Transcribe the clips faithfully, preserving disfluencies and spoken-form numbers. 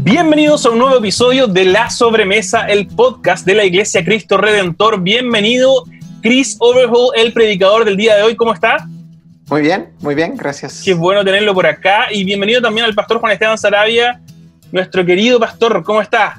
Bienvenidos a un nuevo episodio de La Sobremesa, el podcast de la Iglesia Cristo Redentor. Bienvenido, Chris Overhull, el predicador del día de hoy. ¿Cómo está? Muy bien, muy bien, gracias. Qué bueno tenerlo por acá. Y bienvenido también al pastor Juan Esteban Sarabia, nuestro querido pastor. ¿Cómo está?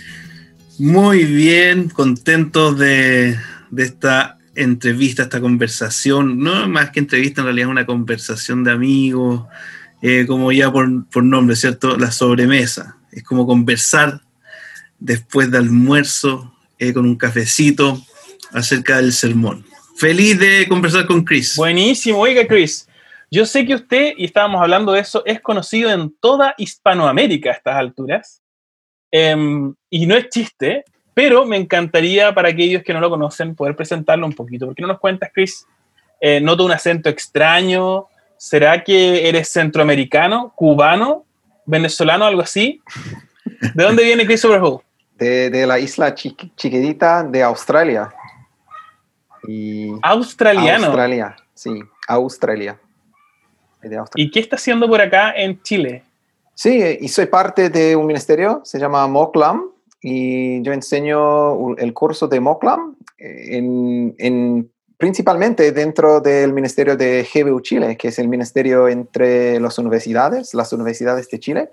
Muy bien, contento de, de esta entrevista, esta conversación. No más que entrevista, en realidad es una conversación de amigos, eh, como ya por, por nombre, ¿cierto? La sobremesa. Es como conversar después de almuerzo, eh, con un cafecito, acerca del sermón. Feliz de conversar con Chris. Buenísimo. Oiga, Chris, yo sé que usted, y estábamos hablando de eso, es conocido en toda Hispanoamérica a estas alturas. Eh, y no es chiste, pero me encantaría, para aquellos que no lo conocen, poder presentarlo un poquito. ¿Por qué no nos cuentas, Chris? Eh, noto un acento extraño. ¿Será que eres centroamericano, cubano, venezolano, algo así? ¿De dónde viene Chris Overhull? De, de la isla chiqui, chiquitita de Australia. Y Australiano. Australia, sí, Australia. De Australia. ¿Y qué está haciendo por acá en Chile? Sí, y soy parte de un ministerio, se llama Moclam, y yo enseño el curso de Moclam en, en, principalmente dentro del ministerio de G B U Chile, que es el ministerio entre las universidades, las universidades de Chile,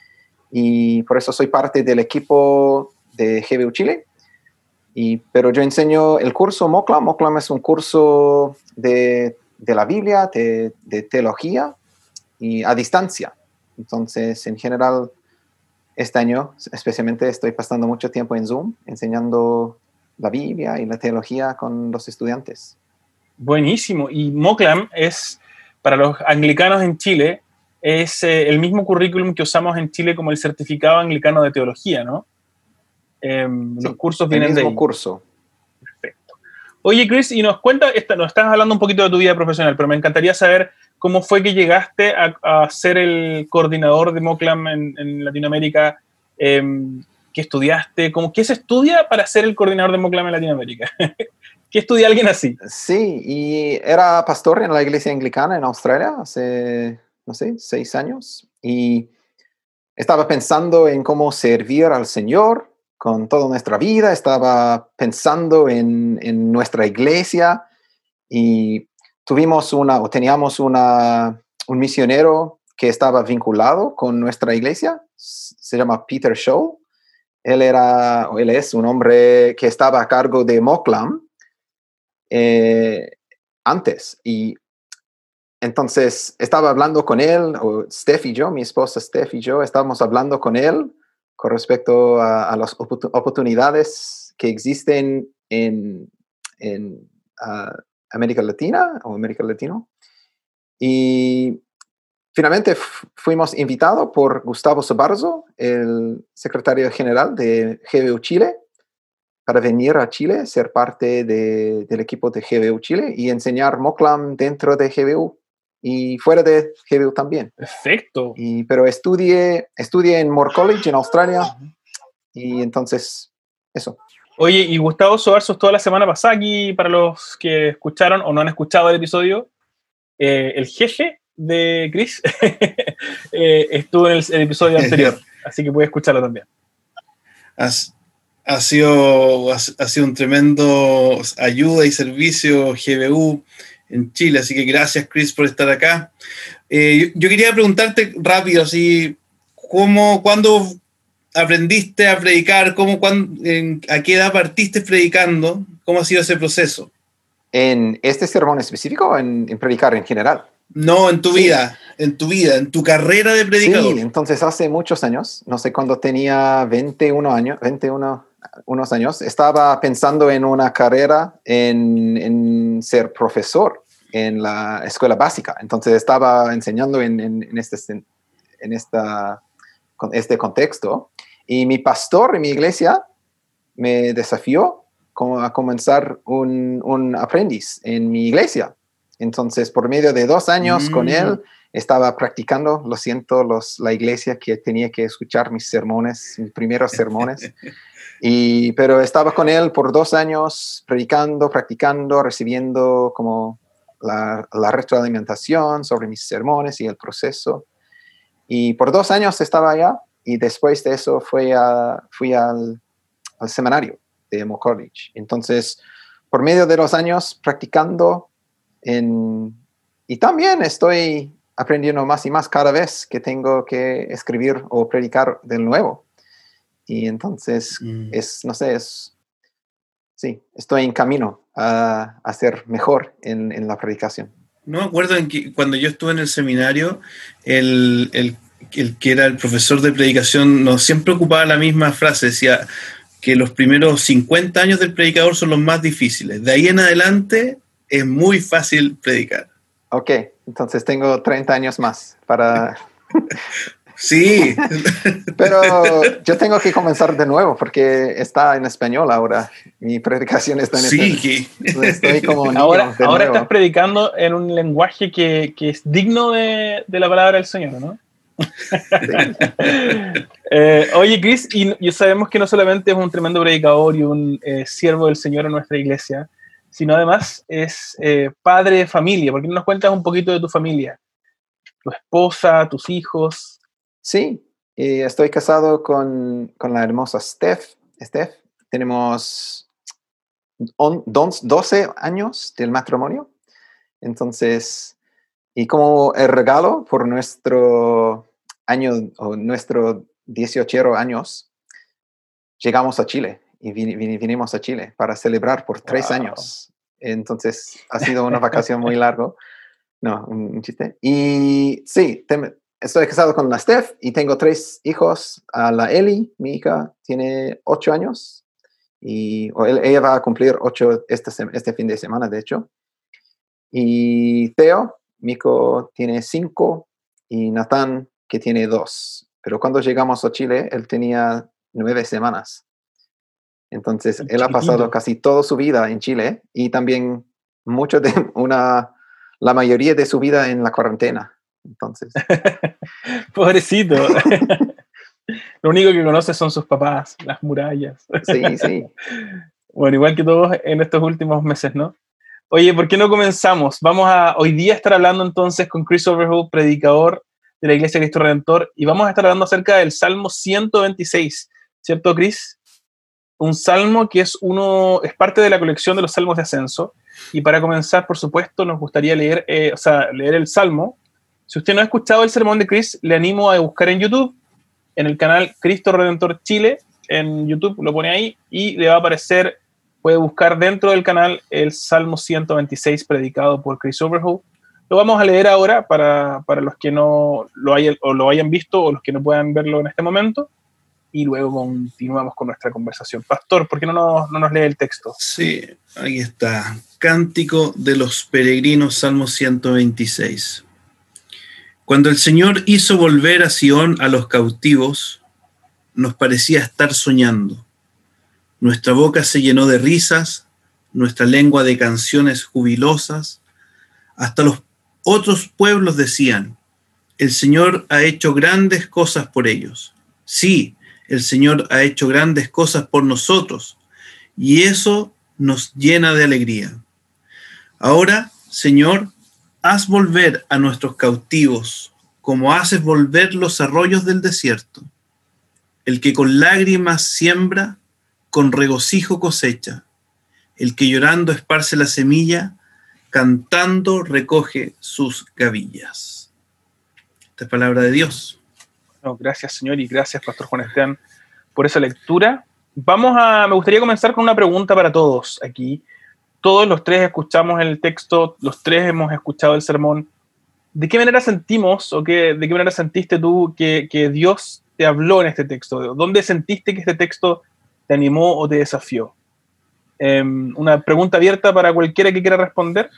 y por eso soy parte del equipo de G B U Chile. Y, pero yo enseño el curso Moclam. Moclam es un curso de, de la Biblia, de, de teología, y a distancia. Entonces, en general, este año especialmente estoy pasando mucho tiempo en Zoom, enseñando la Biblia y la teología con los estudiantes. Buenísimo. Y Moclam es, para los anglicanos en Chile, es eh, el mismo currículum que usamos en Chile como el certificado anglicano de teología, ¿no? Eh, Sí, los cursos vienen de ahí. El mismo curso. Perfecto. Oye, Chris, y nos cuenta, esta, nos estás hablando un poquito de tu vida profesional, pero me encantaría saber cómo fue que llegaste a, a ser el coordinador de Moclam en, en Latinoamérica. Eh, ¿Qué estudiaste? ¿Cómo, ¿Qué se estudia para ser el coordinador de Moclam en Latinoamérica? ¿Qué estudia alguien así? Sí, y era pastor en la iglesia anglicana en Australia hace, no sé, seis años. Y estaba pensando en cómo servir al Señor con toda nuestra vida. Estaba pensando en, en nuestra iglesia y tuvimos una, o teníamos una, un misionero que estaba vinculado con nuestra iglesia. Se llama Peter Shaw. Él era, o él es un hombre que estaba a cargo de Moclam eh, antes. Y entonces estaba hablando con él, o Steph y yo, mi esposa Steph y yo, estábamos hablando con él con respecto a, a las oportunidades que existen en, en uh, América Latina o América Latino. Y finalmente f- fuimos invitados por Gustavo Sobarzo, el secretario general de G B U Chile, para venir a Chile, ser parte de, del equipo de G B U Chile y enseñar Moclam dentro de G B U y fuera de G B U también. Perfecto. Y, pero estudié, estudié en Moore College en Australia y entonces eso. Oye, y Gustavo Sobarzo estuvo la semana pasada aquí, para los que escucharon o no han escuchado el episodio, eh, el jefe de Chris eh, estuvo en el, el episodio anterior, así que puedes escucharlo también. Has, ha, sido, ha, ha sido un tremendo ayuda y servicio G B U en Chile, así que gracias, Chris, por estar acá. Eh, yo, yo quería preguntarte rápido, así, ¿cómo, cuándo aprendiste a predicar? ¿Cómo, cuándo, en, ¿A qué edad partiste predicando? ¿Cómo ha sido ese proceso? ¿En este sermón específico o en, en predicar en general? No, en tu Sí. vida, en tu vida, en tu carrera de predicador. Sí, entonces hace muchos años, no sé, cuando tenía veintiuno años, veintiuno unos años, estaba pensando en una carrera en, en ser profesor en la escuela básica. Entonces estaba enseñando en, en, en, este, en esta, este contexto. Y mi pastor en mi iglesia me desafió a comenzar un, un aprendiz en mi iglesia. Entonces, por medio de dos años mm. con él, estaba practicando, lo siento, los, la iglesia que tenía que escuchar mis sermones, mis primeros sermones. Y, pero estaba con él por dos años, predicando, practicando, recibiendo como la, la retroalimentación sobre mis sermones y el proceso. Y por dos años estaba allá y después de eso fui, a, fui al, al seminario de Emory College. Entonces, por medio de los años practicando, en, y también estoy aprendiendo más y más cada vez que tengo que escribir o predicar de nuevo. Y entonces, mm. es, no sé, es, sí, estoy en camino a, a ser mejor en, en la predicación. No me acuerdo en que cuando yo estuve en el seminario, el, el, el que era el profesor de predicación nos siempre ocupaba la misma frase, decía que los primeros cincuenta años del predicador son los más difíciles. De ahí en adelante es muy fácil predicar. Ok, entonces tengo treinta años más para... Sí. Pero yo tengo que comenzar de nuevo porque está en español ahora. Mi predicación está en sí, español. Que... Estoy como niño ahora de ahora nuevo. Estás predicando en un lenguaje que, que es digno de, de la palabra del Señor, ¿no? eh, oye, Chris, y, y sabemos que no solamente es un tremendo predicador y un eh, siervo del Señor en nuestra iglesia, sino además es eh, padre de familia. ¿Por qué no nos cuentas un poquito de tu familia? Tu esposa, tus hijos. Sí, eh, estoy casado con, con la hermosa Steph. Steph. Tenemos on, doce años del matrimonio. Entonces, y como el regalo por nuestro año, o nuestro dieciocho años, llegamos a Chile y vin, vin, vinimos a Chile para celebrar por tres wow. años. Entonces, ha sido una vacación muy larga. No, un, un chiste. Y sí, te, estoy casado con la Steph y tengo tres hijos. A la Eli, mi hija, tiene ocho años. Y o él, ella va a cumplir ocho este, este fin de semana, de hecho. Y Theo, mi hijo, tiene cinco. Y Nathan, que tiene dos. Pero cuando llegamos a Chile, él tenía nueve semanas. Entonces, él ha pasado casi toda su vida en Chile. Y también mucho de una... la mayoría de su vida en la cuarentena. Entonces. Pobrecito. Lo único que conoce son sus papás, las murallas. Sí, sí. Bueno, igual que todos en estos últimos meses, ¿no? Oye, ¿por qué no comenzamos? Vamos a hoy día estar hablando entonces con Chris Overholt, predicador de la Iglesia Cristo Redentor, y vamos a estar hablando acerca del Salmo ciento veintiséis, ¿cierto, Chris? Un salmo que es uno, es parte de la colección de los salmos de ascenso. Y para comenzar, por supuesto, nos gustaría leer, eh, o sea, leer el salmo. Si usted no ha escuchado el sermón de Chris, le animo a buscar en YouTube, en el canal Cristo Redentor Chile, en YouTube, lo pone ahí, y le va a aparecer, puede buscar dentro del canal el Salmo ciento veintiséis predicado por Chris Overholt. Lo vamos a leer ahora para, para los que no lo hayan, o lo hayan visto o los que no puedan verlo en este momento. Y luego continuamos con nuestra conversación. Pastor, ¿por qué no nos, no nos lee el texto? Sí, ahí está. Cántico de los peregrinos, Salmo ciento veintiséis. Cuando el Señor hizo volver a Sión a los cautivos, nos parecía estar soñando. Nuestra boca se llenó de risas, nuestra lengua de canciones jubilosas. Hasta los otros pueblos decían, el Señor ha hecho grandes cosas por ellos. Sí, el Señor ha hecho grandes cosas por nosotros, y eso nos llena de alegría. Ahora, Señor, haz volver a nuestros cautivos, como haces volver los arroyos del desierto. El que con lágrimas siembra, con regocijo cosecha. El que llorando esparce la semilla, cantando recoge sus gavillas. Esta es palabra de Dios. No, gracias, Señor, y gracias, Pastor Juan Esteban, por esa lectura. Vamos a, me gustaría comenzar con una pregunta para todos aquí. Todos los tres escuchamos el texto, los tres hemos escuchado el sermón. ¿De qué manera sentimos o qué, de qué manera sentiste tú que, que Dios te habló en este texto? ¿Dónde sentiste que este texto te animó o te desafió? Eh, una pregunta abierta para cualquiera que quiera responder.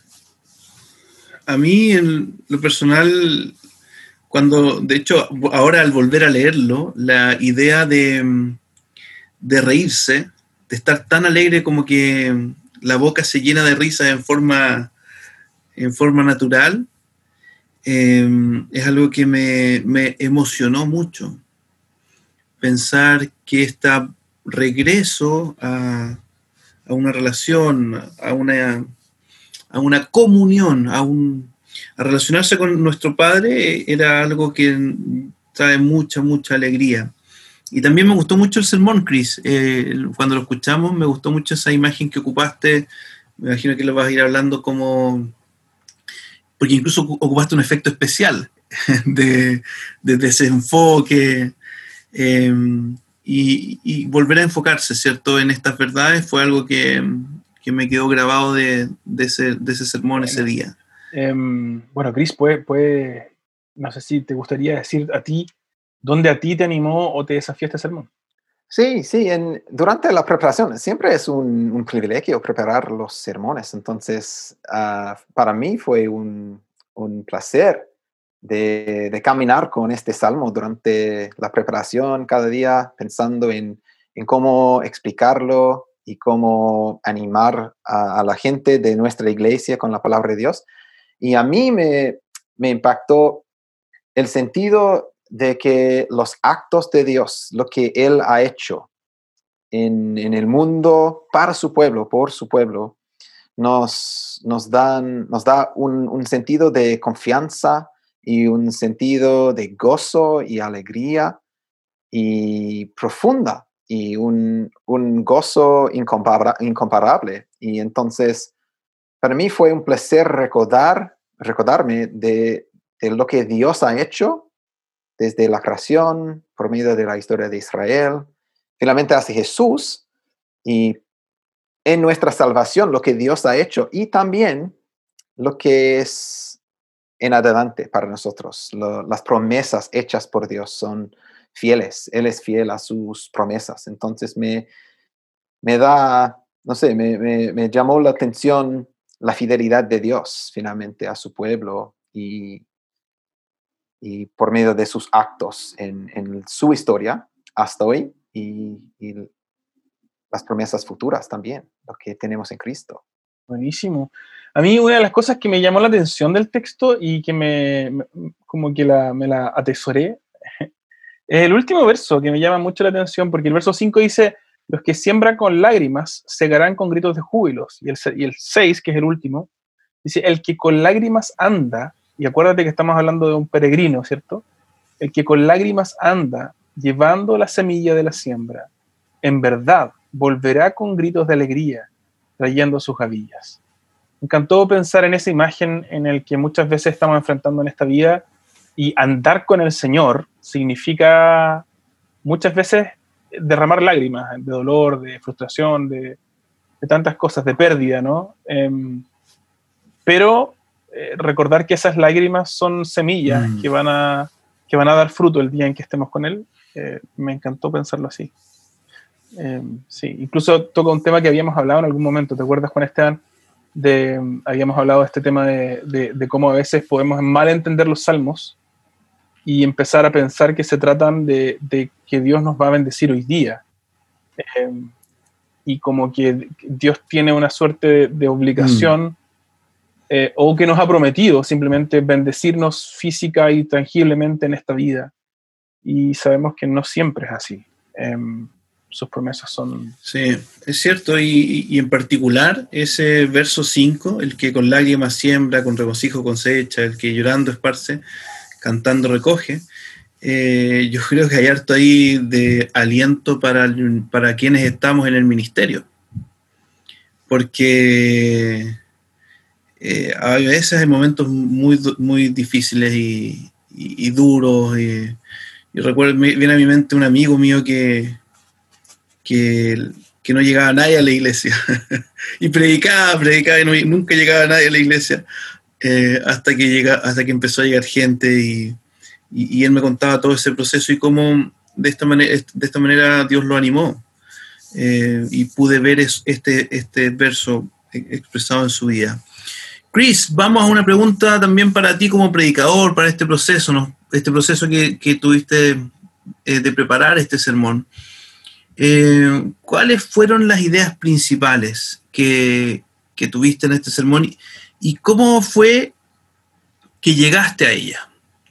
A mí, en lo personal, cuando, de hecho, ahora al volver a leerlo, la idea de, de reírse, de estar tan alegre como que la boca se llena de risa en forma, en forma natural, eh, es algo que me, me emocionó mucho. Pensar que este regreso a, a una relación, a una, a una comunión, a, un, a relacionarse con nuestro Padre, era algo que trae mucha, mucha alegría. Y también me gustó mucho el sermón, Chris. Eh, cuando lo escuchamos, me gustó mucho esa imagen que ocupaste. Me imagino que lo vas a ir hablando como... Porque incluso ocupaste un efecto especial de, de desenfoque. Eh, y, y volver a enfocarse, ¿cierto?, en estas verdades fue algo que, que me quedó grabado de, de, ese, de ese sermón, bueno, ese día. Eh, bueno, Chris, puede, puede, no sé si te gustaría decir a ti, ¿dónde a ti te animó o te desafió este sermón? Sí, sí, en, durante la preparación siempre es un, un privilegio preparar los sermones, entonces uh, para mí fue un, un placer de, de caminar con este salmo durante la preparación cada día, pensando en, en cómo explicarlo y cómo animar a, a la gente de nuestra iglesia con la palabra de Dios. Y a mí me, me impactó el sentido de que los actos de Dios, lo que Él ha hecho en, en el mundo para su pueblo, por su pueblo, nos, nos, dan, nos da un, un sentido de confianza y un sentido de gozo y alegría y profunda y un, un gozo incompara, incomparable. Y entonces, para mí fue un placer recordar, recordarme de, de lo que Dios ha hecho desde la creación, por medio de la historia de Israel, finalmente hacia Jesús, y en nuestra salvación, lo que Dios ha hecho, y también lo que es en adelante para nosotros. Lo, las promesas hechas por Dios son fieles. Él es fiel a sus promesas. Entonces me, me da, no sé, me, me, me llamó la atención la fidelidad de Dios finalmente a su pueblo y y por medio de sus actos en, en su historia hasta hoy y, y las promesas futuras también, lo que tenemos en Cristo. Buenísimo. A mí una de las cosas que me llamó la atención del texto y que me, me como que la, me la atesoré es el último verso que me llama mucho la atención, porque el verso cinco dice: los que siembran con lágrimas segarán con gritos de júbilos. Y el, y el seis, que es el último, dice: el que con lágrimas anda, y acuérdate que estamos hablando de un peregrino, ¿cierto? El que con lágrimas anda, llevando la semilla de la siembra, en verdad volverá con gritos de alegría, trayendo sus gavillas. Me encantó pensar en esa imagen en el que muchas veces estamos enfrentando en esta vida, y andar con el Señor significa muchas veces derramar lágrimas de dolor, de frustración, de, de tantas cosas, de pérdida, ¿no? Eh, pero eh, recordar que esas lágrimas son semillas mm. que, van a, que van a dar fruto el día en que estemos con Él. Eh, me encantó pensarlo así. Eh, sí, incluso toca un tema que habíamos hablado en algún momento, ¿te acuerdas, Juan Esteban? De, habíamos hablado de este tema de, de, de cómo a veces podemos mal entender los salmos y empezar a pensar que se tratan de, de que Dios nos va a bendecir hoy día. Eh, y como que Dios tiene una suerte de, de obligación mm. eh, o que nos ha prometido simplemente bendecirnos física y tangiblemente en esta vida. Y sabemos que no siempre es así. Eh, sus promesas son... Sí, es cierto, y, y en particular ese verso cinco, el que con lágrimas siembra, con regocijo cosecha, el que llorando esparce, cantando recoge, eh, yo creo que hay harto ahí de aliento para, para quienes estamos en el ministerio, porque eh, a veces hay momentos muy, muy difíciles y, y, y duros, y, y recuerdo, viene a mi mente un amigo mío que Que, que no llegaba nadie a la iglesia y predicaba, predicaba y no, nunca llegaba nadie a la iglesia eh, hasta, que llega, hasta que empezó a llegar gente y, y, y él me contaba todo ese proceso y cómo de esta manera, de esta manera Dios lo animó eh, y pude ver es, este, este verso expresado en su vida. Chris, vamos a una pregunta también para ti como predicador, para este proceso, ¿no? Este proceso que, que tuviste eh, de preparar este sermón. Eh, ¿Cuáles fueron las ideas principales que, que tuviste en este sermón y, y cómo fue que llegaste a ella?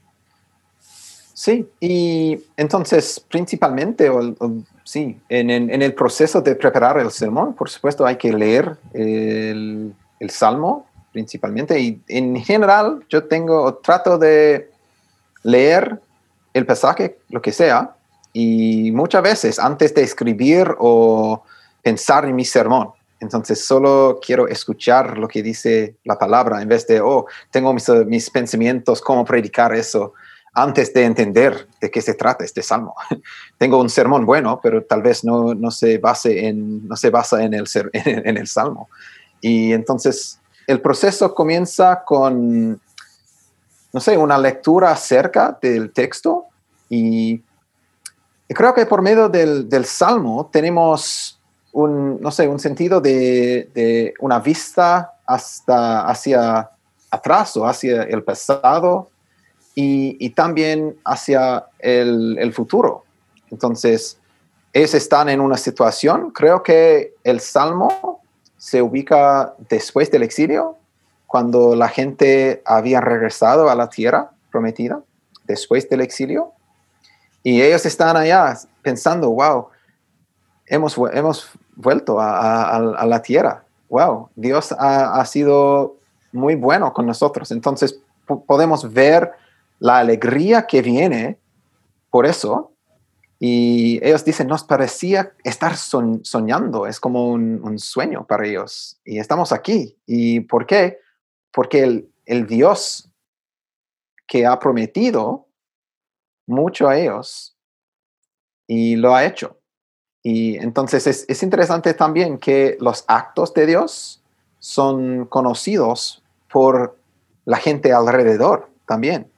Sí, y entonces principalmente, o, o, sí, en, en, en el proceso de preparar el sermón, por supuesto hay que leer el, el Salmo principalmente, y en general yo tengo, trato de leer el pasaje, lo que sea, y muchas veces antes de escribir o pensar en mi sermón, entonces solo quiero escuchar lo que dice la palabra en vez de, oh, tengo mis, mis pensamientos, cómo predicar eso, antes de entender de qué se trata este salmo. Tengo un sermón bueno, pero tal vez no, no, se, base en, no se basa en el, ser, en, en el salmo. Y entonces el proceso comienza con, no sé, una lectura acerca del texto, y creo que por medio del, del salmo tenemos un, no sé, un sentido de, de una vista hasta hacia atrás o hacia el pasado, y, y también hacia el, el futuro. Entonces, ellos están en una situación, creo que el salmo se ubica después del exilio, cuando la gente había regresado a la tierra prometida, después del exilio, y ellos están allá pensando, wow, hemos, hemos vuelto a, a, a la tierra, wow, Dios ha, ha sido muy bueno con nosotros. Entonces podemos ver la alegría que viene por eso, y ellos dicen, nos parecía estar son, soñando, es como un, un sueño para ellos, y estamos aquí. ¿Y por qué? Porque el, el Dios que ha prometido mucho a ellos, y lo ha hecho. Y entonces es, es interesante también que los actos de Dios son conocidos por la gente alrededor también.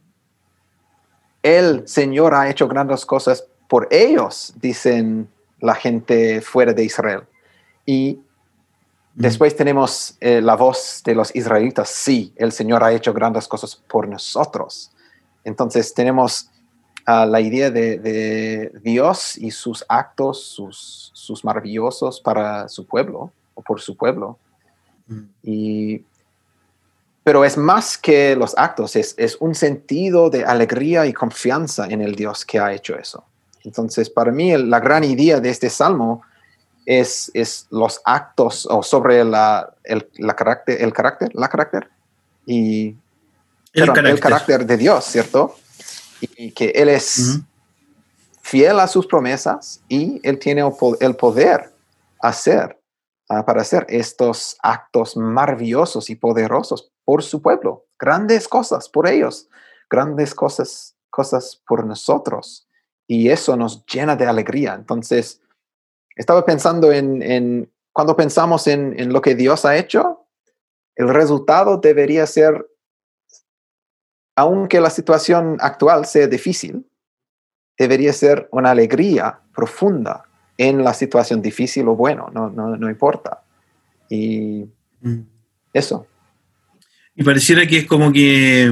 El Señor ha hecho grandes cosas por ellos, dicen la gente fuera de Israel. Y después mm. tenemos eh, la voz de los israelitas. Sí, el Señor ha hecho grandes cosas por nosotros. Entonces tenemos uh, la idea de, de Dios y sus actos, sus, sus maravillosos para su pueblo, o por su pueblo. Mm. Y pero es más que los actos, es, es un sentido de alegría y confianza en el Dios que ha hecho eso. Entonces, para mí, el, la gran idea de este salmo es, es los actos, o sobre la, el, la carácter, el carácter, la carácter, y el, perdón, carácter. el carácter de Dios, ¿cierto? Y, y que Él es uh-huh. fiel a sus promesas, y Él tiene el, el poder hacer, uh, para hacer estos actos maravillosos y poderosos por su pueblo, grandes cosas por ellos, grandes cosas, cosas por nosotros, y eso nos llena de alegría. Entonces, estaba pensando en, en cuando pensamos en, en lo que Dios ha hecho, el resultado debería ser, aunque la situación actual sea difícil, debería ser una alegría profunda en la situación difícil o bueno, no, no, no importa. Y mm. eso. Y pareciera que es como que,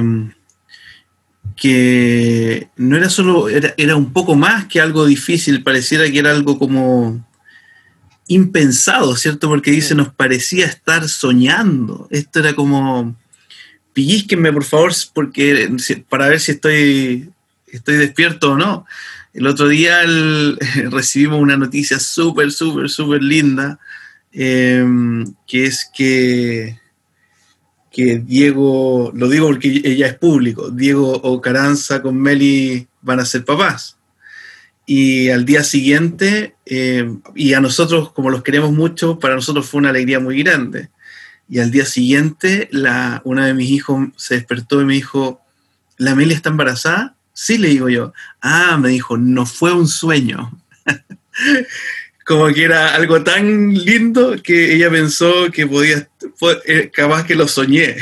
que no era solo, era, era un poco más que algo difícil, pareciera que era algo como impensado, ¿cierto? Porque dice, nos parecía estar soñando. Esto era como, pellízquenme por favor, porque, para ver si estoy, estoy despierto o no. El otro día el, recibimos una noticia súper, súper, súper linda, eh, que es que que Diego, lo digo porque ella es público, Diego Ocaranza con Meli van a ser papás. Y al día siguiente, eh, y a nosotros, como los queremos mucho, para nosotros fue una alegría muy grande. Y al día siguiente, la, una de mis hijos se despertó y me dijo, ¿la Meli está embarazada? Sí, le digo yo. Ah, me dijo, no fue un sueño. Como que era algo tan lindo que ella pensó que podía, capaz que lo soñé.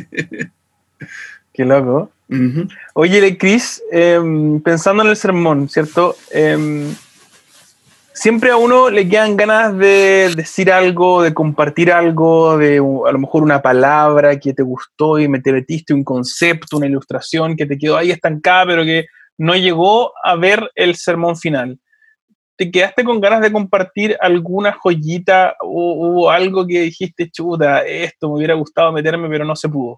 Qué loco. Uh-huh. Oye, Chris, eh, pensando en el sermón, ¿cierto? Eh, siempre a uno le quedan ganas de decir algo, de compartir algo, de a lo mejor una palabra que te gustó y me te metiste un concepto, una ilustración que te quedó ahí estancada, pero que no llegó a ver el sermón final. ¿Te quedaste con ganas de compartir alguna joyita o, o algo que dijiste, chuta, esto me hubiera gustado meterme, pero no se pudo?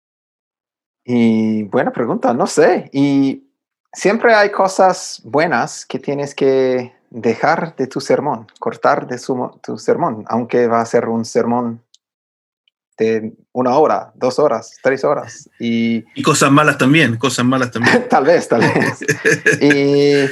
Y buena pregunta, no sé. Y siempre hay cosas buenas que tienes que dejar de tu sermón, cortar de su, tu sermón, aunque va a ser un sermón de una hora, dos horas, tres horas. Y, y cosas malas también, cosas malas también. tal vez, tal vez. Y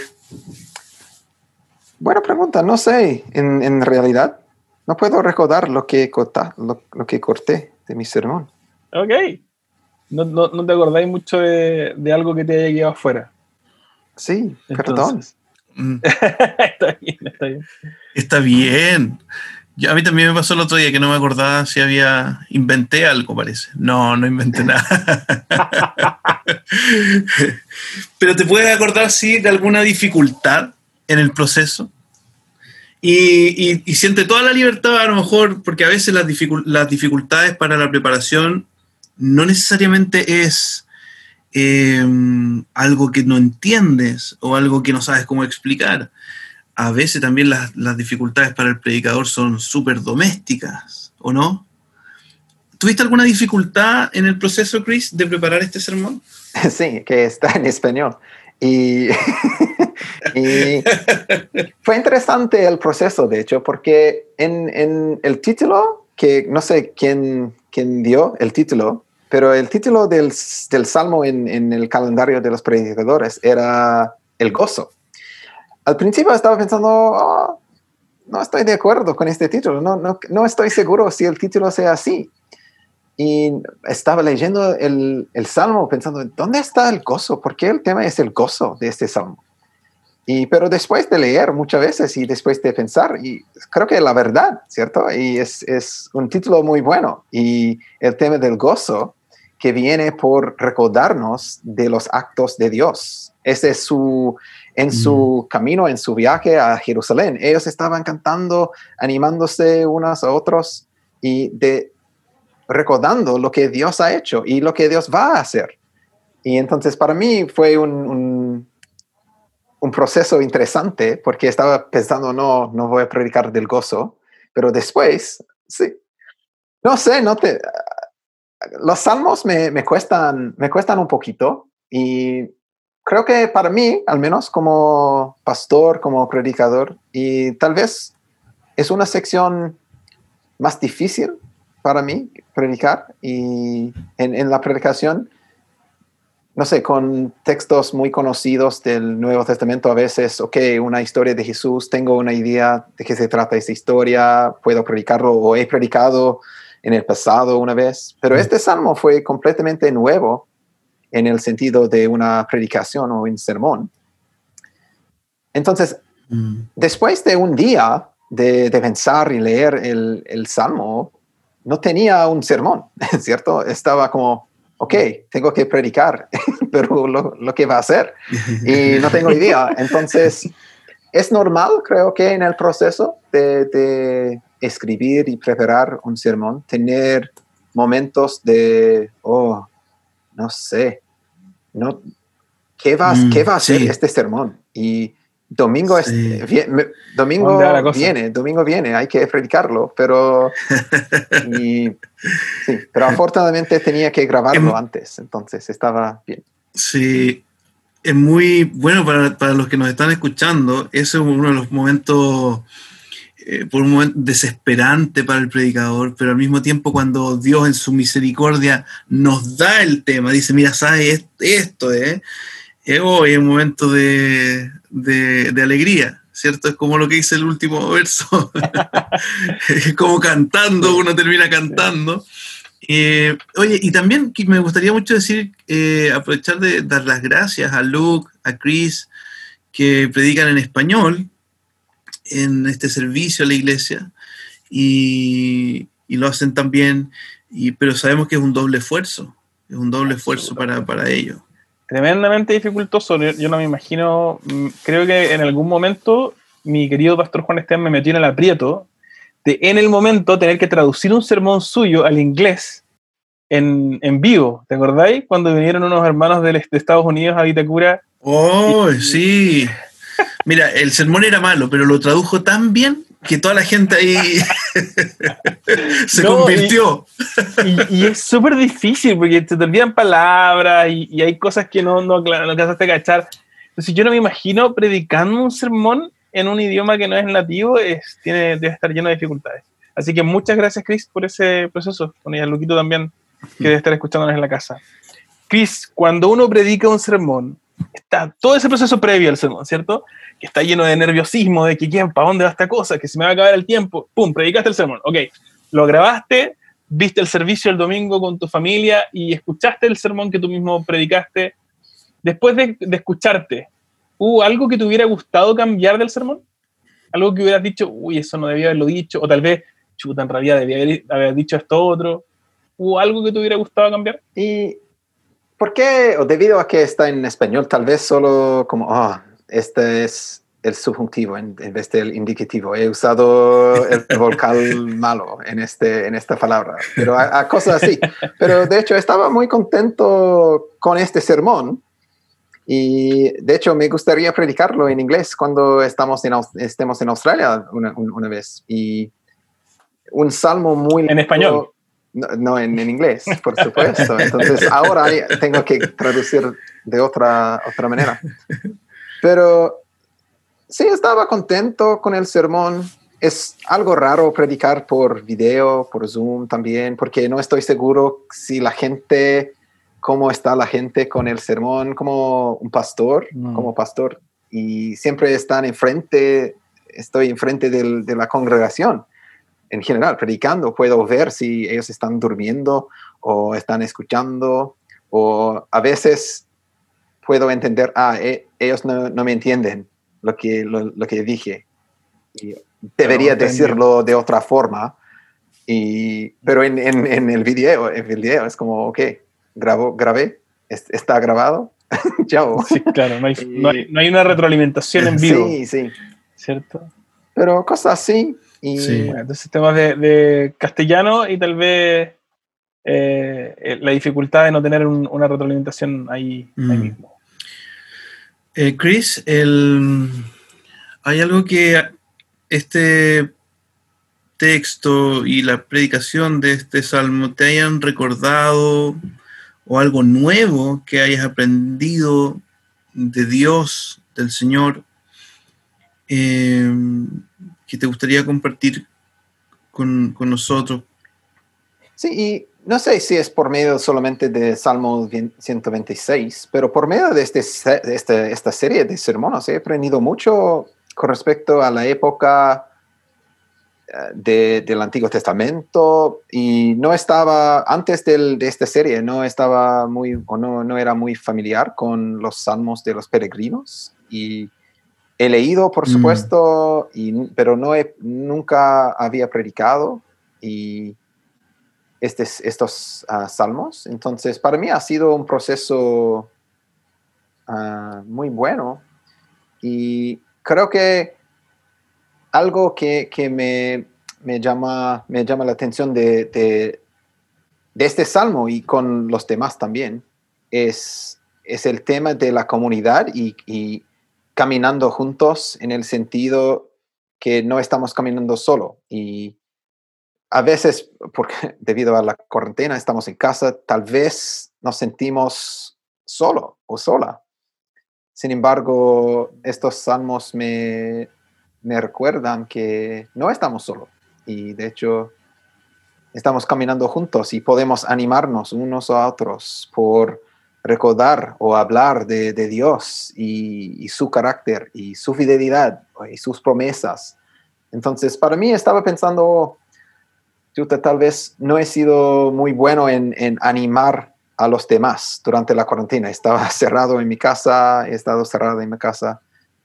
buena pregunta, no sé, en, en realidad no puedo recordar lo que, corta, lo, lo que corté de mi sermón. Ok. No, no, no te acordáis mucho de, de algo que te haya quedado afuera. Sí, Entonces. perdón. Está bien, está bien. Está bien. Yo, a mí también me pasó el otro día que no me acordaba si había... Inventé algo, parece. No, no inventé nada. Pero te puedes acordar, sí, de alguna dificultad en el proceso. Y, y, y siente toda la libertad, a lo mejor, porque a veces las, dificul- las dificultades para la preparación no necesariamente es eh, algo que no entiendes o algo que no sabes cómo explicar. A veces también las, las dificultades para el predicador son súper domésticas, ¿o no? ¿Tuviste alguna dificultad en el proceso, Chris, de preparar este sermón? Sí, que está en español. Y, y fue interesante el proceso, de hecho, porque en, en el título, que no sé quién, quién dio el título, pero el título del, del Salmo en, en el calendario de los predicadores era el gozo. Al principio estaba pensando, oh, no estoy de acuerdo con este título, no, no, no estoy seguro si el título sea así. Y estaba leyendo el, el Salmo pensando, ¿dónde está el gozo? ¿Por qué el tema es el gozo de este Salmo? Y, pero después de leer muchas veces y después de pensar, y creo que la verdad, ¿cierto? Y es, es un título muy bueno. Y el tema del gozo que viene por recordarnos de los actos de Dios. Ese es su, en su mm. camino, en su viaje a Jerusalén. Ellos estaban cantando, animándose unos a otros y de, recordando lo que Dios ha hecho y lo que Dios va a hacer. Y entonces para mí fue un, un, un proceso interesante porque estaba pensando, no, no voy a predicar del gozo, pero después, sí, no sé, no te... Los salmos me, me, cuestan, me cuestan un poquito y creo que para mí, al menos como pastor, como predicador, y tal vez es una sección más difícil para mí predicar y en, en la predicación, no sé, con textos muy conocidos del Nuevo Testamento a veces, ok, una historia de Jesús, tengo una idea de qué se trata esta historia, puedo predicarlo o he predicado en el pasado una vez, pero este salmo fue completamente nuevo en el sentido de una predicación o un sermón. Entonces, mm. después de un día de, de pensar y leer el, el salmo, no tenía un sermón, ¿cierto? Estaba como, ok, tengo que predicar, pero lo, lo que va a hacer, y no tengo idea. Entonces, es normal, creo que en el proceso de, de escribir y preparar un sermón, tener momentos de, oh, no sé, no, ¿qué va, mm, ¿qué va a ser sí. este sermón? Y domingo, sí. es, viene, domingo viene, domingo viene, hay que predicarlo, pero, y, sí, pero afortunadamente tenía que grabarlo es, antes, entonces estaba bien. Sí, es muy bueno para, para los que nos están escuchando, ese es uno de los momentos, eh, por un momento desesperante para el predicador, pero al mismo tiempo cuando Dios en su misericordia nos da el tema, dice, mira, sabes esto, ¿eh? Es hoy un momento de, de, de alegría, ¿cierto? Es como lo que dice el último verso. Es como cantando, uno termina cantando. Eh, oye, y también me gustaría mucho decir, eh, aprovechar de dar las gracias a Luke, a Chris, que predican en español en este servicio a la iglesia, y, y lo hacen también, y, pero sabemos que es un doble esfuerzo, es un doble esfuerzo para, para ellos. Tremendamente dificultoso, yo no me imagino, creo que en algún momento mi querido pastor Juan Esteban me metió en el aprieto de en el momento tener que traducir un sermón suyo al inglés en, en vivo, ¿te acordáis? Cuando vinieron unos hermanos de, de Estados Unidos a Vitacura. ¡Oh, y, sí! Mira, el sermón era malo, pero lo tradujo tan bien que toda la gente ahí se no, convirtió. Y, y, y es súper difícil porque te olvidan palabras y, y hay cosas que no, no, no alcanzaste a cachar. Entonces yo no me imagino predicando un sermón en un idioma que no es nativo, es, tiene, debe estar lleno de dificultades. Así que muchas gracias, Chris, por ese proceso. Bueno, y a Luquito también, que debe estar escuchándonos en la casa. Chris, cuando uno predica un sermón, está todo ese proceso previo al sermón, ¿cierto? Que está lleno de nerviosismo, de que ¿quién, para dónde va esta cosa? Que se me va a acabar el tiempo. ¡Pum! Predicaste el sermón. Ok, lo grabaste, viste el servicio el domingo con tu familia y escuchaste el sermón que tú mismo predicaste. Después de, de escucharte, ¿hubo algo que te hubiera gustado cambiar del sermón? ¿Algo que hubieras dicho, uy, eso no debía haberlo dicho? O tal vez, chuta, en realidad debía haber, haber dicho esto otro. ¿Hubo algo que te hubiera gustado cambiar? Y ¿por qué? O debido a que está en español, tal vez solo como, ah, oh, este es el subjuntivo en, en vez del indicativo. He usado el vocal malo en, este, en esta palabra, pero a, a cosas así. Pero de hecho estaba muy contento con este sermón y de hecho me gustaría predicarlo en inglés cuando estamos en, estemos en Australia una, una vez. Y un salmo muy... ¿En español? No, no en, en inglés, por supuesto. Entonces ahora tengo que traducir de otra, otra manera. Pero sí, estaba contento con el sermón. Es algo raro predicar por video, por Zoom también, porque no estoy seguro si la gente, cómo está la gente con el sermón, como un pastor, mm. como pastor. Y siempre están enfrente, estoy enfrente del, de la congregación. En general, predicando, puedo ver si ellos están durmiendo o están escuchando, o a veces puedo entender, ah, eh, ellos no, no me entienden lo que, lo, lo que dije. Y debería no, decirlo de otra forma, y, pero en, en, en el video, el video es como, ok, grabo, grabé, está grabado, chao. Sí, claro, no hay, y, no, hay, no hay una retroalimentación en vivo. Sí, sí. ¿Cierto? Pero cosas así. Y sí. Bueno, entonces temas de, de castellano y tal vez eh, la dificultad de no tener un, una retroalimentación ahí, mm. ahí mismo. Eh, Chris, el, hay algo que este texto y la predicación de este salmo te hayan recordado o algo nuevo que hayas aprendido de Dios, del Señor, eh, que te gustaría compartir con, con nosotros. Sí, y no sé si es por medio solamente de Salmo ciento veintiséis, pero por medio de, este, de este, esta serie de sermones he aprendido mucho con respecto a la época de, del Antiguo Testamento, y no estaba, antes del, de esta serie, no estaba muy, o no, no era muy familiar con los salmos de los peregrinos, y he leído, por supuesto, mm. y, pero no he, nunca había predicado y estes, estos uh, salmos. Entonces, para mí ha sido un proceso uh, muy bueno. Y creo que algo que, que me, me, llama, me llama la atención de, de, de este salmo y con los demás también es, es el tema de la comunidad y, y caminando juntos, en el sentido que no estamos caminando solo. Y a veces, porque debido a la cuarentena estamos en casa, tal vez nos sentimos solo o sola. Sin embargo, estos salmos me, me recuerdan que no estamos solos. Y de hecho, estamos caminando juntos y podemos animarnos unos a otros por recordar o hablar de, de Dios y, y su carácter y su fidelidad y sus promesas. Entonces, para mí estaba pensando, yo tal vez no he sido muy bueno en, en animar a los demás durante la cuarentena. Estaba cerrado en mi casa, he estado cerrado en mi casa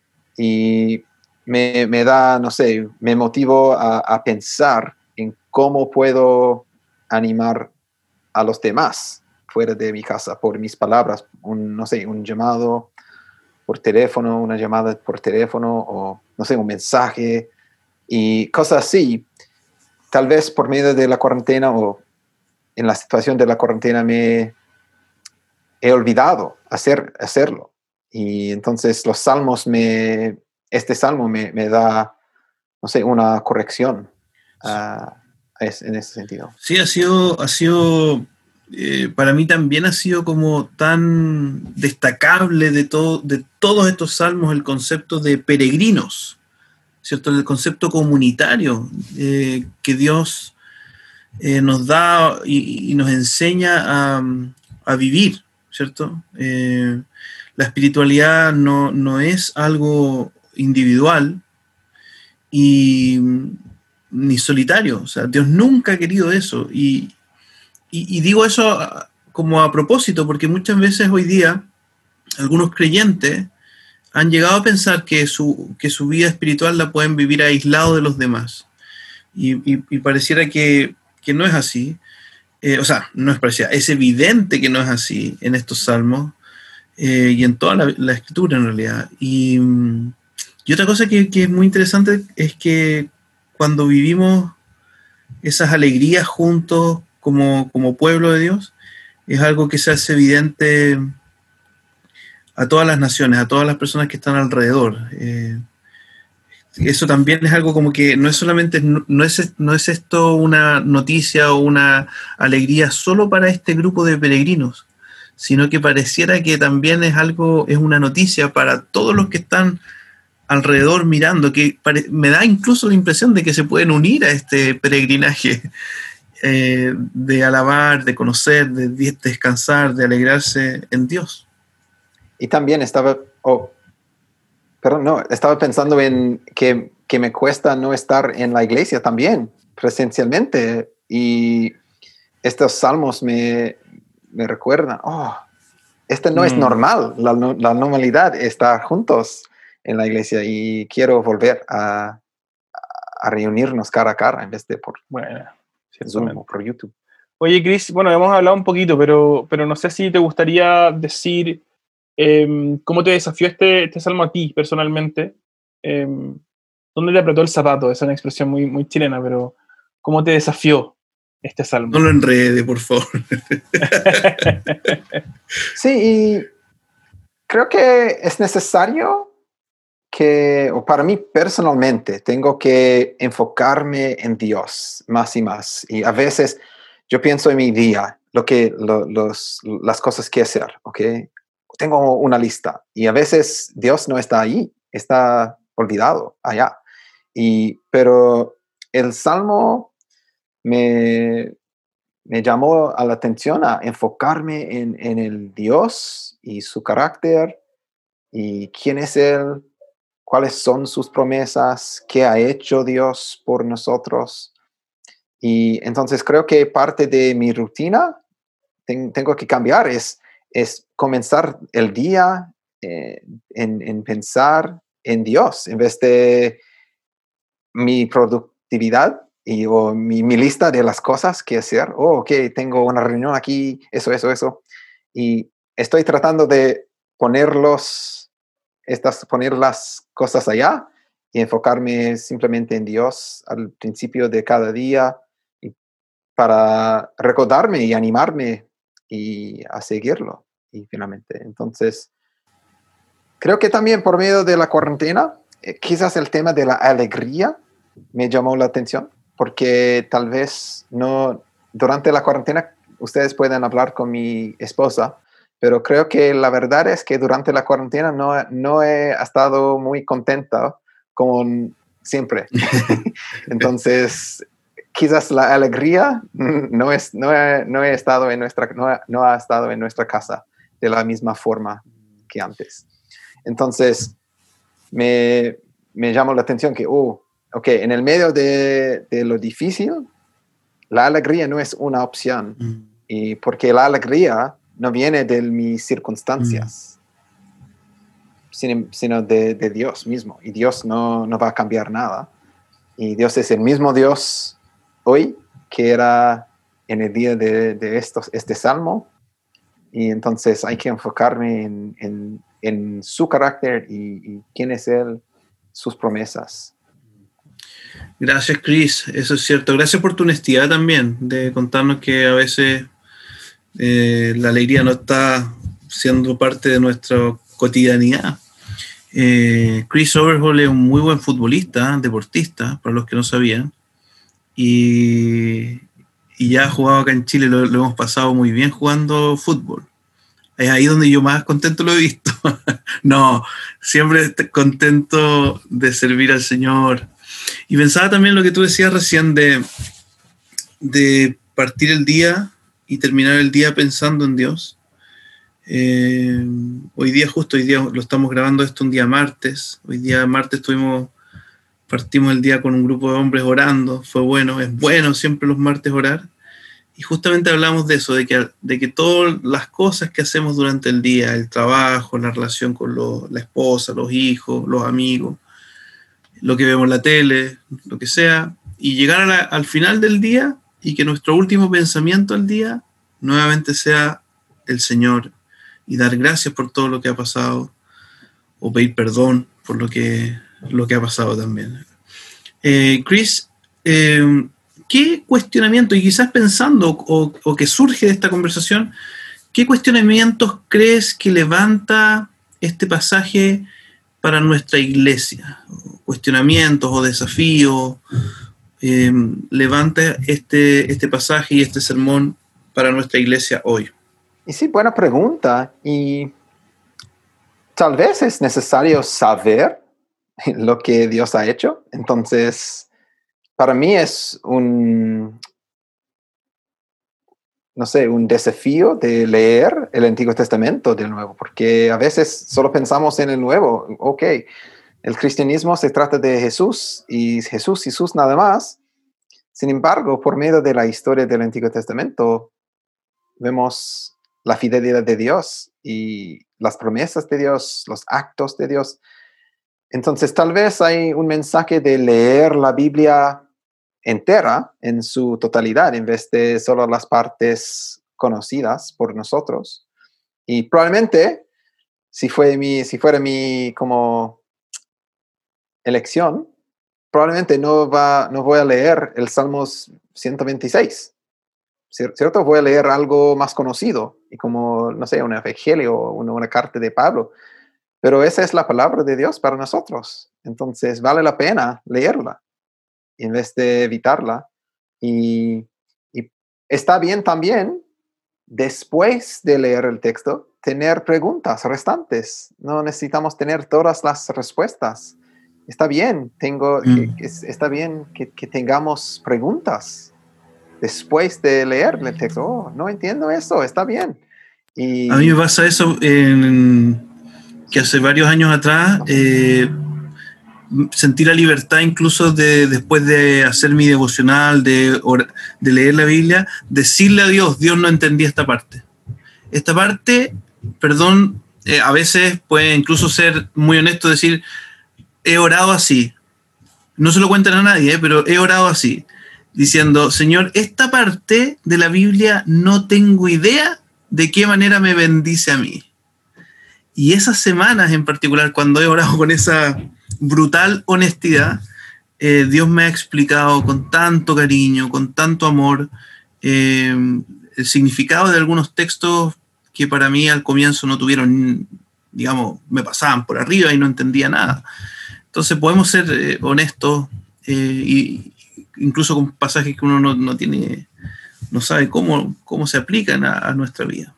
y me, me da, no sé, me motivo a, a pensar en cómo puedo animar a los demás fuera de mi casa, por mis palabras, un, no sé, un llamado por teléfono, una llamada por teléfono, o no sé, un mensaje y cosas así. Tal vez por medio de la cuarentena o en la situación de la cuarentena me he olvidado hacer, hacerlo. Y entonces los salmos, me, este salmo me, me da, no sé, una corrección uh, en ese sentido. Sí, ha sido... Ha sido... Eh, para mí también ha sido como tan destacable de, todo, de todos estos salmos el concepto de peregrinos, ¿cierto? El concepto comunitario eh, que Dios eh, nos da y, y nos enseña a, a vivir, ¿cierto? Eh, la espiritualidad no, no es algo individual y ni solitario. O sea, Dios nunca ha querido eso. Y, y, y digo eso como a propósito, porque muchas veces hoy día algunos creyentes han llegado a pensar que su, que su vida espiritual la pueden vivir aislado de los demás. Y, y, y pareciera que, que no es así. Eh, o sea, no es pareciera, es evidente que no es así en estos salmos eh, y en toda la, la escritura en realidad. Y, y otra cosa que, que es muy interesante es que cuando vivimos esas alegrías juntos como, como pueblo de Dios, es algo que se hace evidente a todas las naciones, a todas las personas que están alrededor. Eh, eso también es algo como que no es solamente, no, no, es, no es esto una noticia o una alegría solo para este grupo de peregrinos, sino que pareciera que también es algo, es una noticia para todos los que están alrededor mirando, que pare, me da incluso la impresión de que se pueden unir a este peregrinaje eh, de alabar, de conocer, de, de descansar, de alegrarse en Dios. Y también estaba, oh, perdón, no, estaba pensando en que, que me cuesta no estar en la iglesia también, presencialmente. Y estos salmos me, me recuerdan, oh, esto no mm. es normal, la, la normalidad es estar juntos en la iglesia y quiero volver a, a reunirnos cara a cara en vez de por bueno, Zoom o por YouTube. Oye, Chris, bueno, hemos hablado un poquito, pero, pero no sé si te gustaría decir eh, cómo te desafió este, este salmo a ti personalmente. Eh, ¿Dónde te apretó el zapato? Esa es una expresión muy, muy chilena, pero ¿cómo te desafió este salmo? No lo enrede, por favor. Sí, y creo que es necesario que, o para mí personalmente, tengo que enfocarme en Dios más y más. Y a veces yo pienso en mi día, lo que, lo, los, las cosas que hacer, ¿ok? Tengo una lista y a veces Dios no está ahí, está olvidado allá. Y, pero el Salmo me, me llamó a la atención a enfocarme en, en el Dios y su carácter y quién es Él, cuáles son sus promesas, qué ha hecho Dios por nosotros. Y entonces creo que parte de mi rutina ten, tengo que cambiar, es, es comenzar el día eh, en, en pensar en Dios, en vez de mi productividad y, o mi, mi lista de las cosas que hacer. Oh, ok, tengo una reunión aquí, eso, eso, eso. Y estoy tratando de ponerlos Estas, poner las cosas allá y enfocarme simplemente en Dios al principio de cada día y para recordarme y animarme y a seguirlo y finalmente. Entonces, creo que también por medio de la cuarentena, eh, quizás el tema de la alegría me llamó la atención, porque tal vez no, durante la cuarentena ustedes pueden hablar con mi esposa, pero creo que la verdad es que durante la cuarentena no, no he estado muy contenta como siempre. Entonces, quizás la alegría no, es, no, he, no, he estado en nuestra, no, no ha estado en nuestra casa de la misma forma que antes. Entonces, me, me llamó la atención que, oh, ok, en el medio de, de lo difícil, la alegría no es una opción. Mm. Y porque la alegría no viene de mis circunstancias, mm. sino, sino de, de Dios mismo. Y Dios no, no va a cambiar nada. Y Dios es el mismo Dios hoy que era en el día de, de estos, este salmo. Y entonces hay que enfocarme en, en, en su carácter y, y quién es Él, sus promesas. Gracias, Chris. Eso es cierto. Gracias por tu honestidad también, de contarnos que a veces Eh, la alegría no está siendo parte de nuestra cotidianidad. Eh, Chris Overhaul es un muy buen futbolista, deportista, para los que no sabían, y, y ya ha jugado acá en Chile, lo, lo hemos pasado muy bien jugando fútbol. Es ahí donde yo más contento lo he visto. No, siempre contento de servir al Señor. Y pensaba también lo que tú decías recién de, de partir el día y terminar el día pensando en Dios. Eh, hoy día, justo hoy día lo estamos grabando esto un día martes. Hoy día martes tuvimos, partimos el día con un grupo de hombres orando. Fue bueno, es bueno siempre los martes orar. Y justamente hablamos de eso, de que, de que todas las cosas que hacemos durante el día, el trabajo, la relación con lo, la esposa, los hijos, los amigos, lo que vemos en la tele, lo que sea, y llegar a la, al final del día y que nuestro último pensamiento al día nuevamente sea el Señor y dar gracias por todo lo que ha pasado o pedir perdón por lo que, lo que ha pasado también. Eh, Chris, eh, ¿qué cuestionamiento, y quizás pensando o, o que surge de esta conversación, qué cuestionamientos crees que levanta este pasaje para nuestra iglesia? Cuestionamientos o desafíos eh, levanta este, este pasaje y este sermón para nuestra iglesia hoy. Y sí, buena pregunta. Y tal vez es necesario saber lo que Dios ha hecho. Entonces, para mí es un, no sé, un desafío de leer el Antiguo Testamento del Nuevo, porque a veces solo pensamos en el Nuevo. Ok, el cristianismo se trata de Jesús y Jesús, Jesús nada más. Sin embargo, por medio de la historia del Antiguo Testamento, vemos la fidelidad de Dios y las promesas de Dios, los actos de Dios. Entonces, tal vez hay un mensaje de leer la Biblia entera en su totalidad, en vez de solo las partes conocidas por nosotros. Y probablemente, si, fue mi, si fuera mi como elección, probablemente no, va, no voy a leer el Salmos ciento veintiséis. ¿Cierto? Voy a leer algo más conocido, y como, no sé, un evangelio o una, una carta de Pablo. Pero esa es la palabra de Dios para nosotros. Entonces, vale la pena leerla en vez de evitarla. Y, y está bien también, después de leer el texto, tener preguntas restantes. No necesitamos tener todas las respuestas. Está bien, tengo, mm. que, que, está bien que, que tengamos preguntas después de leer el texto. Oh, no entiendo eso, está bien. Y, a mí me pasa eso en, que hace varios años atrás eh, sentí la libertad incluso de, después de hacer mi devocional, de, de leer la Biblia, decirle a Dios, Dios no entendí esta parte. Esta parte, perdón, eh, a veces puede incluso ser muy honesto decir, he orado así. No se lo cuentan a nadie, eh, pero he orado así. Diciendo, Señor, esta parte de la Biblia no tengo idea de qué manera me bendice a mí. Y esas semanas en particular, cuando he orado con esa brutal honestidad, eh, Dios me ha explicado con tanto cariño, con tanto amor, eh, el significado de algunos textos que para mí al comienzo no tuvieron, digamos, me pasaban por arriba y no entendía nada. Entonces podemos ser eh, honestos eh, y incluso con pasajes que uno no, no tiene, no sabe cómo, cómo se aplican a, a nuestra vida.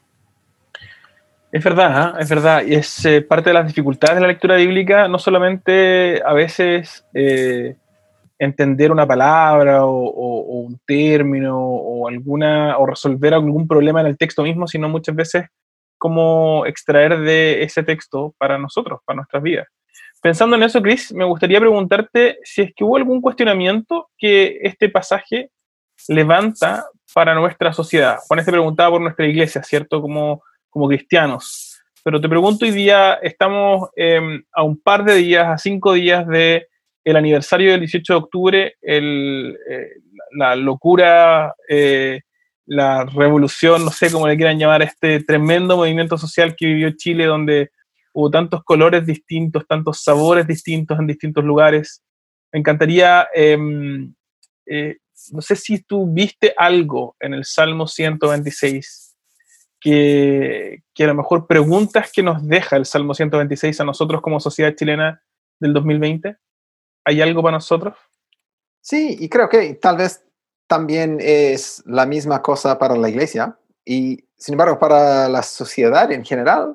Es verdad, ¿eh? es verdad. Y es eh, parte de las dificultades de la lectura bíblica, no solamente a veces eh, entender una palabra o, o, o un término o alguna o resolver algún problema en el texto mismo, sino muchas veces cómo extraer de ese texto para nosotros, para nuestras vidas. Pensando en eso, Chris, me gustaría preguntarte si es que hubo algún cuestionamiento que este pasaje levanta para nuestra sociedad. Juan te preguntaba por nuestra iglesia, ¿cierto? Como, como cristianos. Pero te pregunto, hoy día estamos eh, a un par de días, a cinco días del aniversario del dieciocho de octubre, el, eh, la locura, eh, la revolución, no sé cómo le quieran llamar, este tremendo movimiento social que vivió Chile, donde hubo tantos colores distintos, tantos sabores distintos en distintos lugares. Me encantaría, eh, eh, no sé si tú viste algo en el Salmo ciento veintiséis, que, que a lo mejor preguntas que nos deja el Salmo ciento veintiséis a nosotros como sociedad chilena del dos mil veinte. ¿Hay algo para nosotros? Sí, y creo que tal vez también es la misma cosa para la iglesia. Y sin embargo, para la sociedad en general,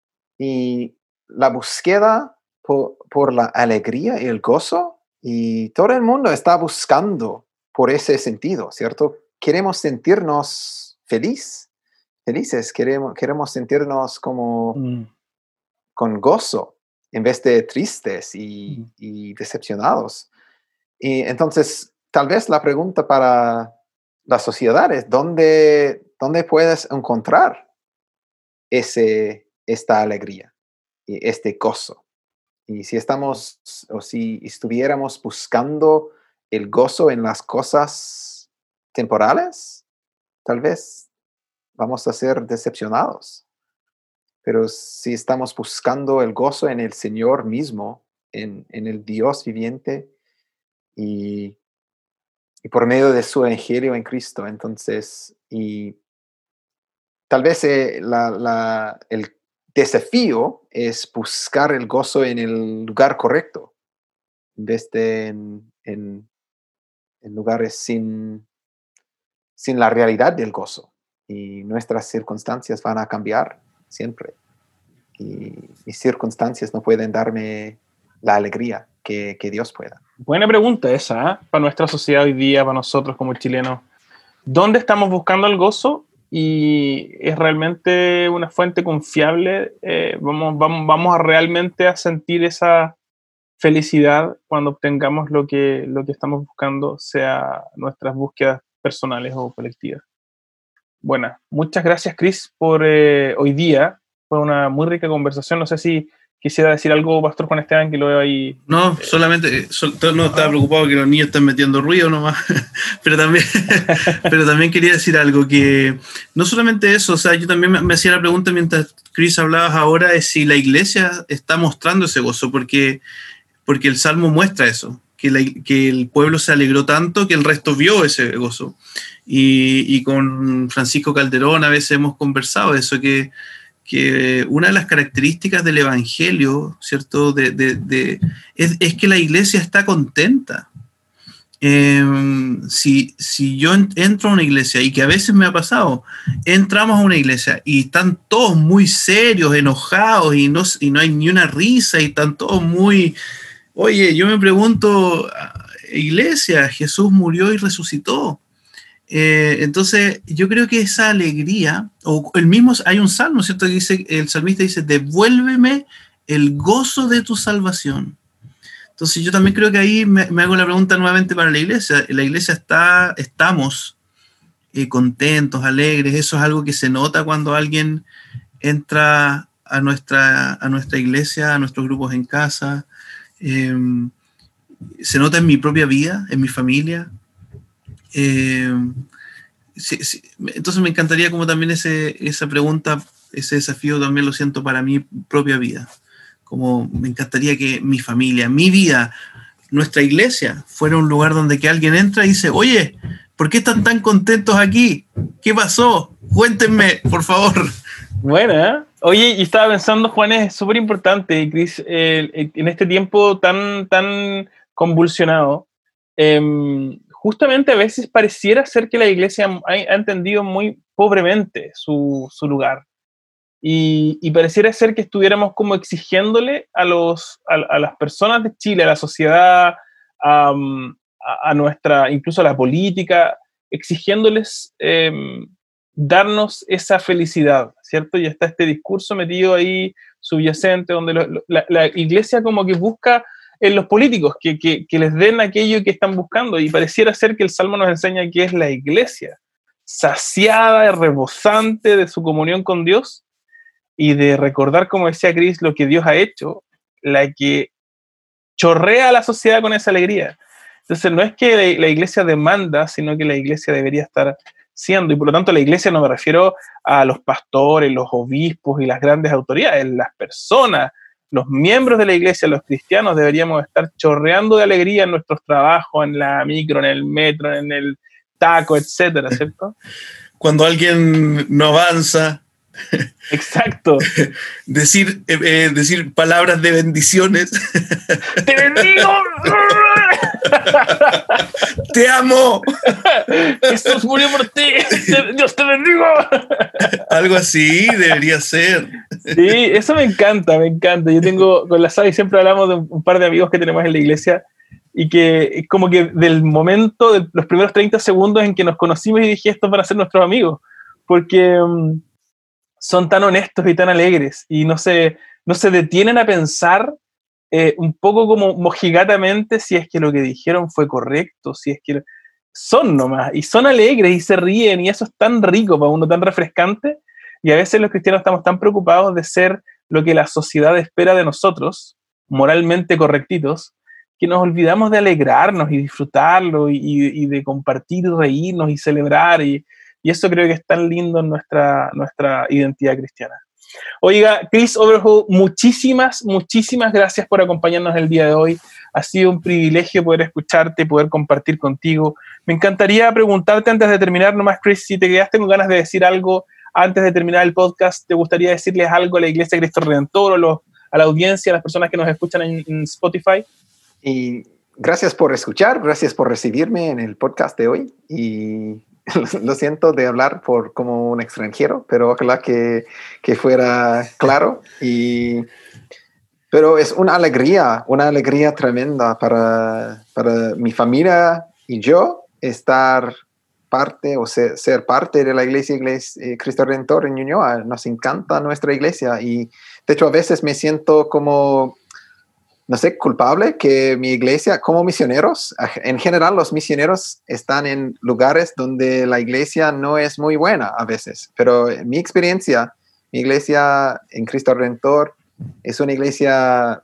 y la búsqueda por, por la alegría y el gozo, y todo el mundo está buscando por ese sentido, ¿cierto? Queremos sentirnos feliz, felices, queremos, queremos sentirnos como mm. con gozo, en vez de tristes y, mm. y decepcionados. Y entonces, tal vez la pregunta para las sociedades, ¿dónde, dónde puedes encontrar ese, esta alegría y este gozo? Y si estamos, o si estuviéramos buscando el gozo en las cosas temporales, tal vez vamos a ser decepcionados. Pero si estamos buscando el gozo en el Señor mismo, en, en el Dios viviente, y y por medio de su evangelio en Cristo, entonces, y tal vez eh, la, la, el desafío es buscar el gozo en el lugar correcto, en vez de en, en, en lugares sin, sin la realidad del gozo. Y nuestras circunstancias van a cambiar siempre. Y mis circunstancias no pueden darme la alegría que, que Dios pueda. Buena pregunta esa, ¿eh? Para nuestra sociedad hoy día, para nosotros como chilenos. ¿Dónde estamos buscando el gozo? Y es realmente una fuente confiable. Eh, vamos, vamos, vamos a realmente a sentir esa felicidad cuando obtengamos lo que, lo que estamos buscando, sea nuestras búsquedas personales o colectivas. Bueno, muchas gracias, Chris, por eh, hoy día. Fue una muy rica conversación. No sé si quisiera decir algo, Pastor Juan Esteban, que lo veo ahí. No, eh, solamente, sol, no estaba ah. preocupado que los niños están metiendo ruido nomás, pero también, pero también quería decir algo, que no solamente eso, o sea, yo también me, me hacía la pregunta mientras Chris hablabas ahora, es si la iglesia está mostrando ese gozo, porque, porque el Salmo muestra eso, que, la, que el pueblo se alegró tanto que el resto vio ese gozo. Y, y con Francisco Calderón a veces hemos conversado de eso, que que una de las características del Evangelio, ¿cierto?, de, de, de, es, es que la iglesia está contenta. Eh, si, si yo entro a una iglesia, y que a veces me ha pasado, entramos a una iglesia y están todos muy serios, enojados, y no, y no hay ni una risa, y están todos muy... Oye, yo me pregunto, iglesia, Jesús murió y resucitó. Eh, entonces, yo creo que esa alegría, o el mismo, hay un salmo, ¿cierto?, que dice, el salmista dice, devuélveme el gozo de tu salvación. Entonces, yo también creo que ahí me, me hago la pregunta nuevamente para la iglesia. La iglesia está, estamos eh, contentos, alegres. Eso es algo que se nota cuando alguien entra a nuestra, a nuestra iglesia, a nuestros grupos en casa. Eh, se nota en mi propia vida, en mi familia. Eh, sí, sí. Entonces me encantaría como también ese, esa pregunta, ese desafío también lo siento para mi propia vida, como me encantaría que mi familia, mi vida, nuestra iglesia fuera un lugar donde que alguien entra y dice, oye, ¿por qué están tan contentos aquí? ¿Qué pasó? Cuéntenme, por favor. Bueno, ¿eh? Oye, y estaba pensando, Juan, es súper importante, Chris, eh, en este tiempo tan, tan convulsionado, eh, justamente a veces pareciera ser que la iglesia ha, ha entendido muy pobremente su, su lugar. Y, y pareciera ser que estuviéramos como exigiéndole a, los, a, a las personas de Chile, a la sociedad, um, a, a nuestra, incluso a la política, exigiéndoles eh, darnos esa felicidad, ¿cierto? Y está este discurso metido ahí subyacente, donde lo, lo, la, la iglesia como que busca en los políticos, que, que, que les den aquello que están buscando, y pareciera ser que el Salmo nos enseña que es la iglesia, saciada y rebosante de su comunión con Dios, y de recordar, como decía Chris, lo que Dios ha hecho, la que chorrea a la sociedad con esa alegría. Entonces no es que la, la iglesia demanda, sino que la iglesia debería estar siendo, y por lo tanto la iglesia no me refiero a los pastores, los obispos y las grandes autoridades, las personas, los miembros de la iglesia, los cristianos, deberíamos estar chorreando de alegría en nuestros trabajos, en la micro, en el metro, en el taco, etcétera, ¿cierto? Cuando alguien no avanza. Exacto. decir, eh, decir palabras de bendiciones. ¡Te bendigo! ¡Te amo! ¡Jesús murió por ti! ¡Dios te bendiga! Algo así debería ser. Sí, eso me encanta, me encanta. Yo tengo, con la Sabi siempre hablamos de un par de amigos que tenemos en la iglesia y que es como que del momento, de los primeros treinta segundos en que nos conocimos y dije, estos van a ser nuestros amigos, porque um, son tan honestos y tan alegres y no se, no se detienen a pensar eh, un poco como mojigatamente si es que lo que dijeron fue correcto, si es que son nomás, y son alegres y se ríen y eso es tan rico para uno, tan refrescante. Y a veces los cristianos estamos tan preocupados de ser lo que la sociedad espera de nosotros, moralmente correctitos, que nos olvidamos de alegrarnos y disfrutarlo y, y de compartir y reírnos y celebrar. Y, y eso creo que es tan lindo en nuestra, nuestra identidad cristiana. Oiga, Chris Overhull, muchísimas, muchísimas gracias por acompañarnos el día de hoy. Ha sido un privilegio poder escucharte, poder compartir contigo. Me encantaría preguntarte antes de terminar nomás, Chris, si te quedaste con ganas de decir algo antes de terminar el podcast. ¿Te gustaría decirles algo a la Iglesia de Cristo Redentor o los, a la audiencia, a las personas que nos escuchan en, en Spotify? Y gracias por escuchar, gracias por recibirme en el podcast de hoy. Y lo siento de hablar por como un extranjero, pero ojalá que, que fuera claro. Y, pero es una alegría, una alegría tremenda para, para mi familia y yo estar parte o ser, ser parte de la iglesia, iglesia eh, Cristo Redentor en Ñuñoa. Nos encanta nuestra iglesia y de hecho a veces me siento como, no sé, culpable que mi iglesia, como misioneros, en general los misioneros están en lugares donde la iglesia no es muy buena a veces, pero en mi experiencia, mi iglesia en Cristo Redentor es una iglesia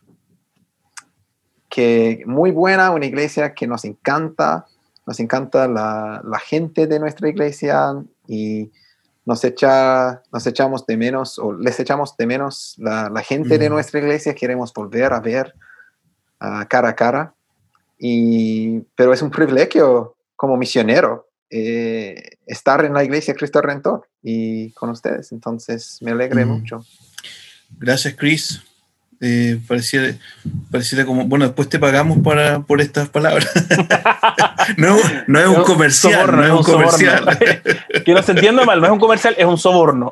que muy buena, una iglesia que nos encanta. Nos encanta la, la gente de nuestra iglesia y nos, echa, nos echamos de menos, o les echamos de menos la, la gente mm. de nuestra iglesia. Queremos volver a ver uh, cara a cara. Y, pero es un privilegio como misionero eh, estar en la iglesia Cristo Redentor y con ustedes. Entonces me alegré mm. mucho. Gracias, Chris. Eh, pareciera, pareciera como, bueno, después te pagamos para, por estas palabras. no, no es un comercial, soborno, no es un, un comercial. Que no se entienda mal, no es un comercial, es un soborno.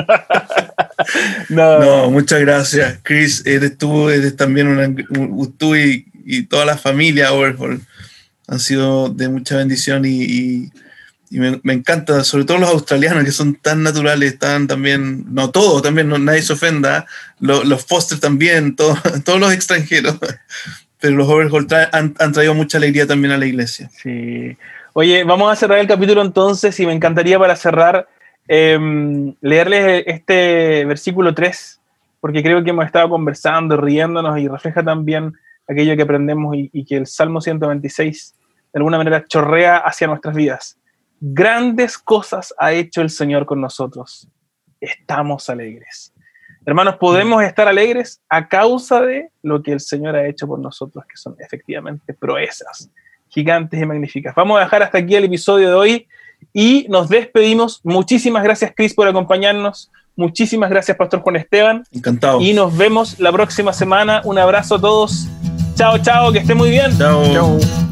no. no, muchas gracias, Chris. Eres tú, eres también una, un, tú y, y toda la familia Overhull han sido de mucha bendición y, y Y me, me encanta, sobre todo los australianos que son tan naturales, tan también, no todos, también no, nadie se ofenda, los, los Foster también, todo, todos los extranjeros, pero los Overhull tra- han, han traído mucha alegría también a la iglesia. Sí. Oye, vamos a cerrar el capítulo entonces y me encantaría para cerrar eh, leerles este versículo tres, porque creo que hemos estado conversando, riéndonos y refleja también aquello que aprendemos y, y que el Salmo ciento veintiséis de alguna manera chorrea hacia nuestras vidas. Grandes cosas ha hecho el Señor con nosotros. Estamos alegres. Hermanos, podemos estar alegres a causa de lo que el Señor ha hecho por nosotros, que son efectivamente proezas gigantes y magníficas. Vamos a dejar hasta aquí el episodio de hoy y nos despedimos. Muchísimas gracias, Chris, por acompañarnos. Muchísimas gracias, Pastor Juan Esteban. Encantado. Y nos vemos la próxima semana. Un abrazo a todos. Chao, chao, que estén muy bien. Chao. Chao.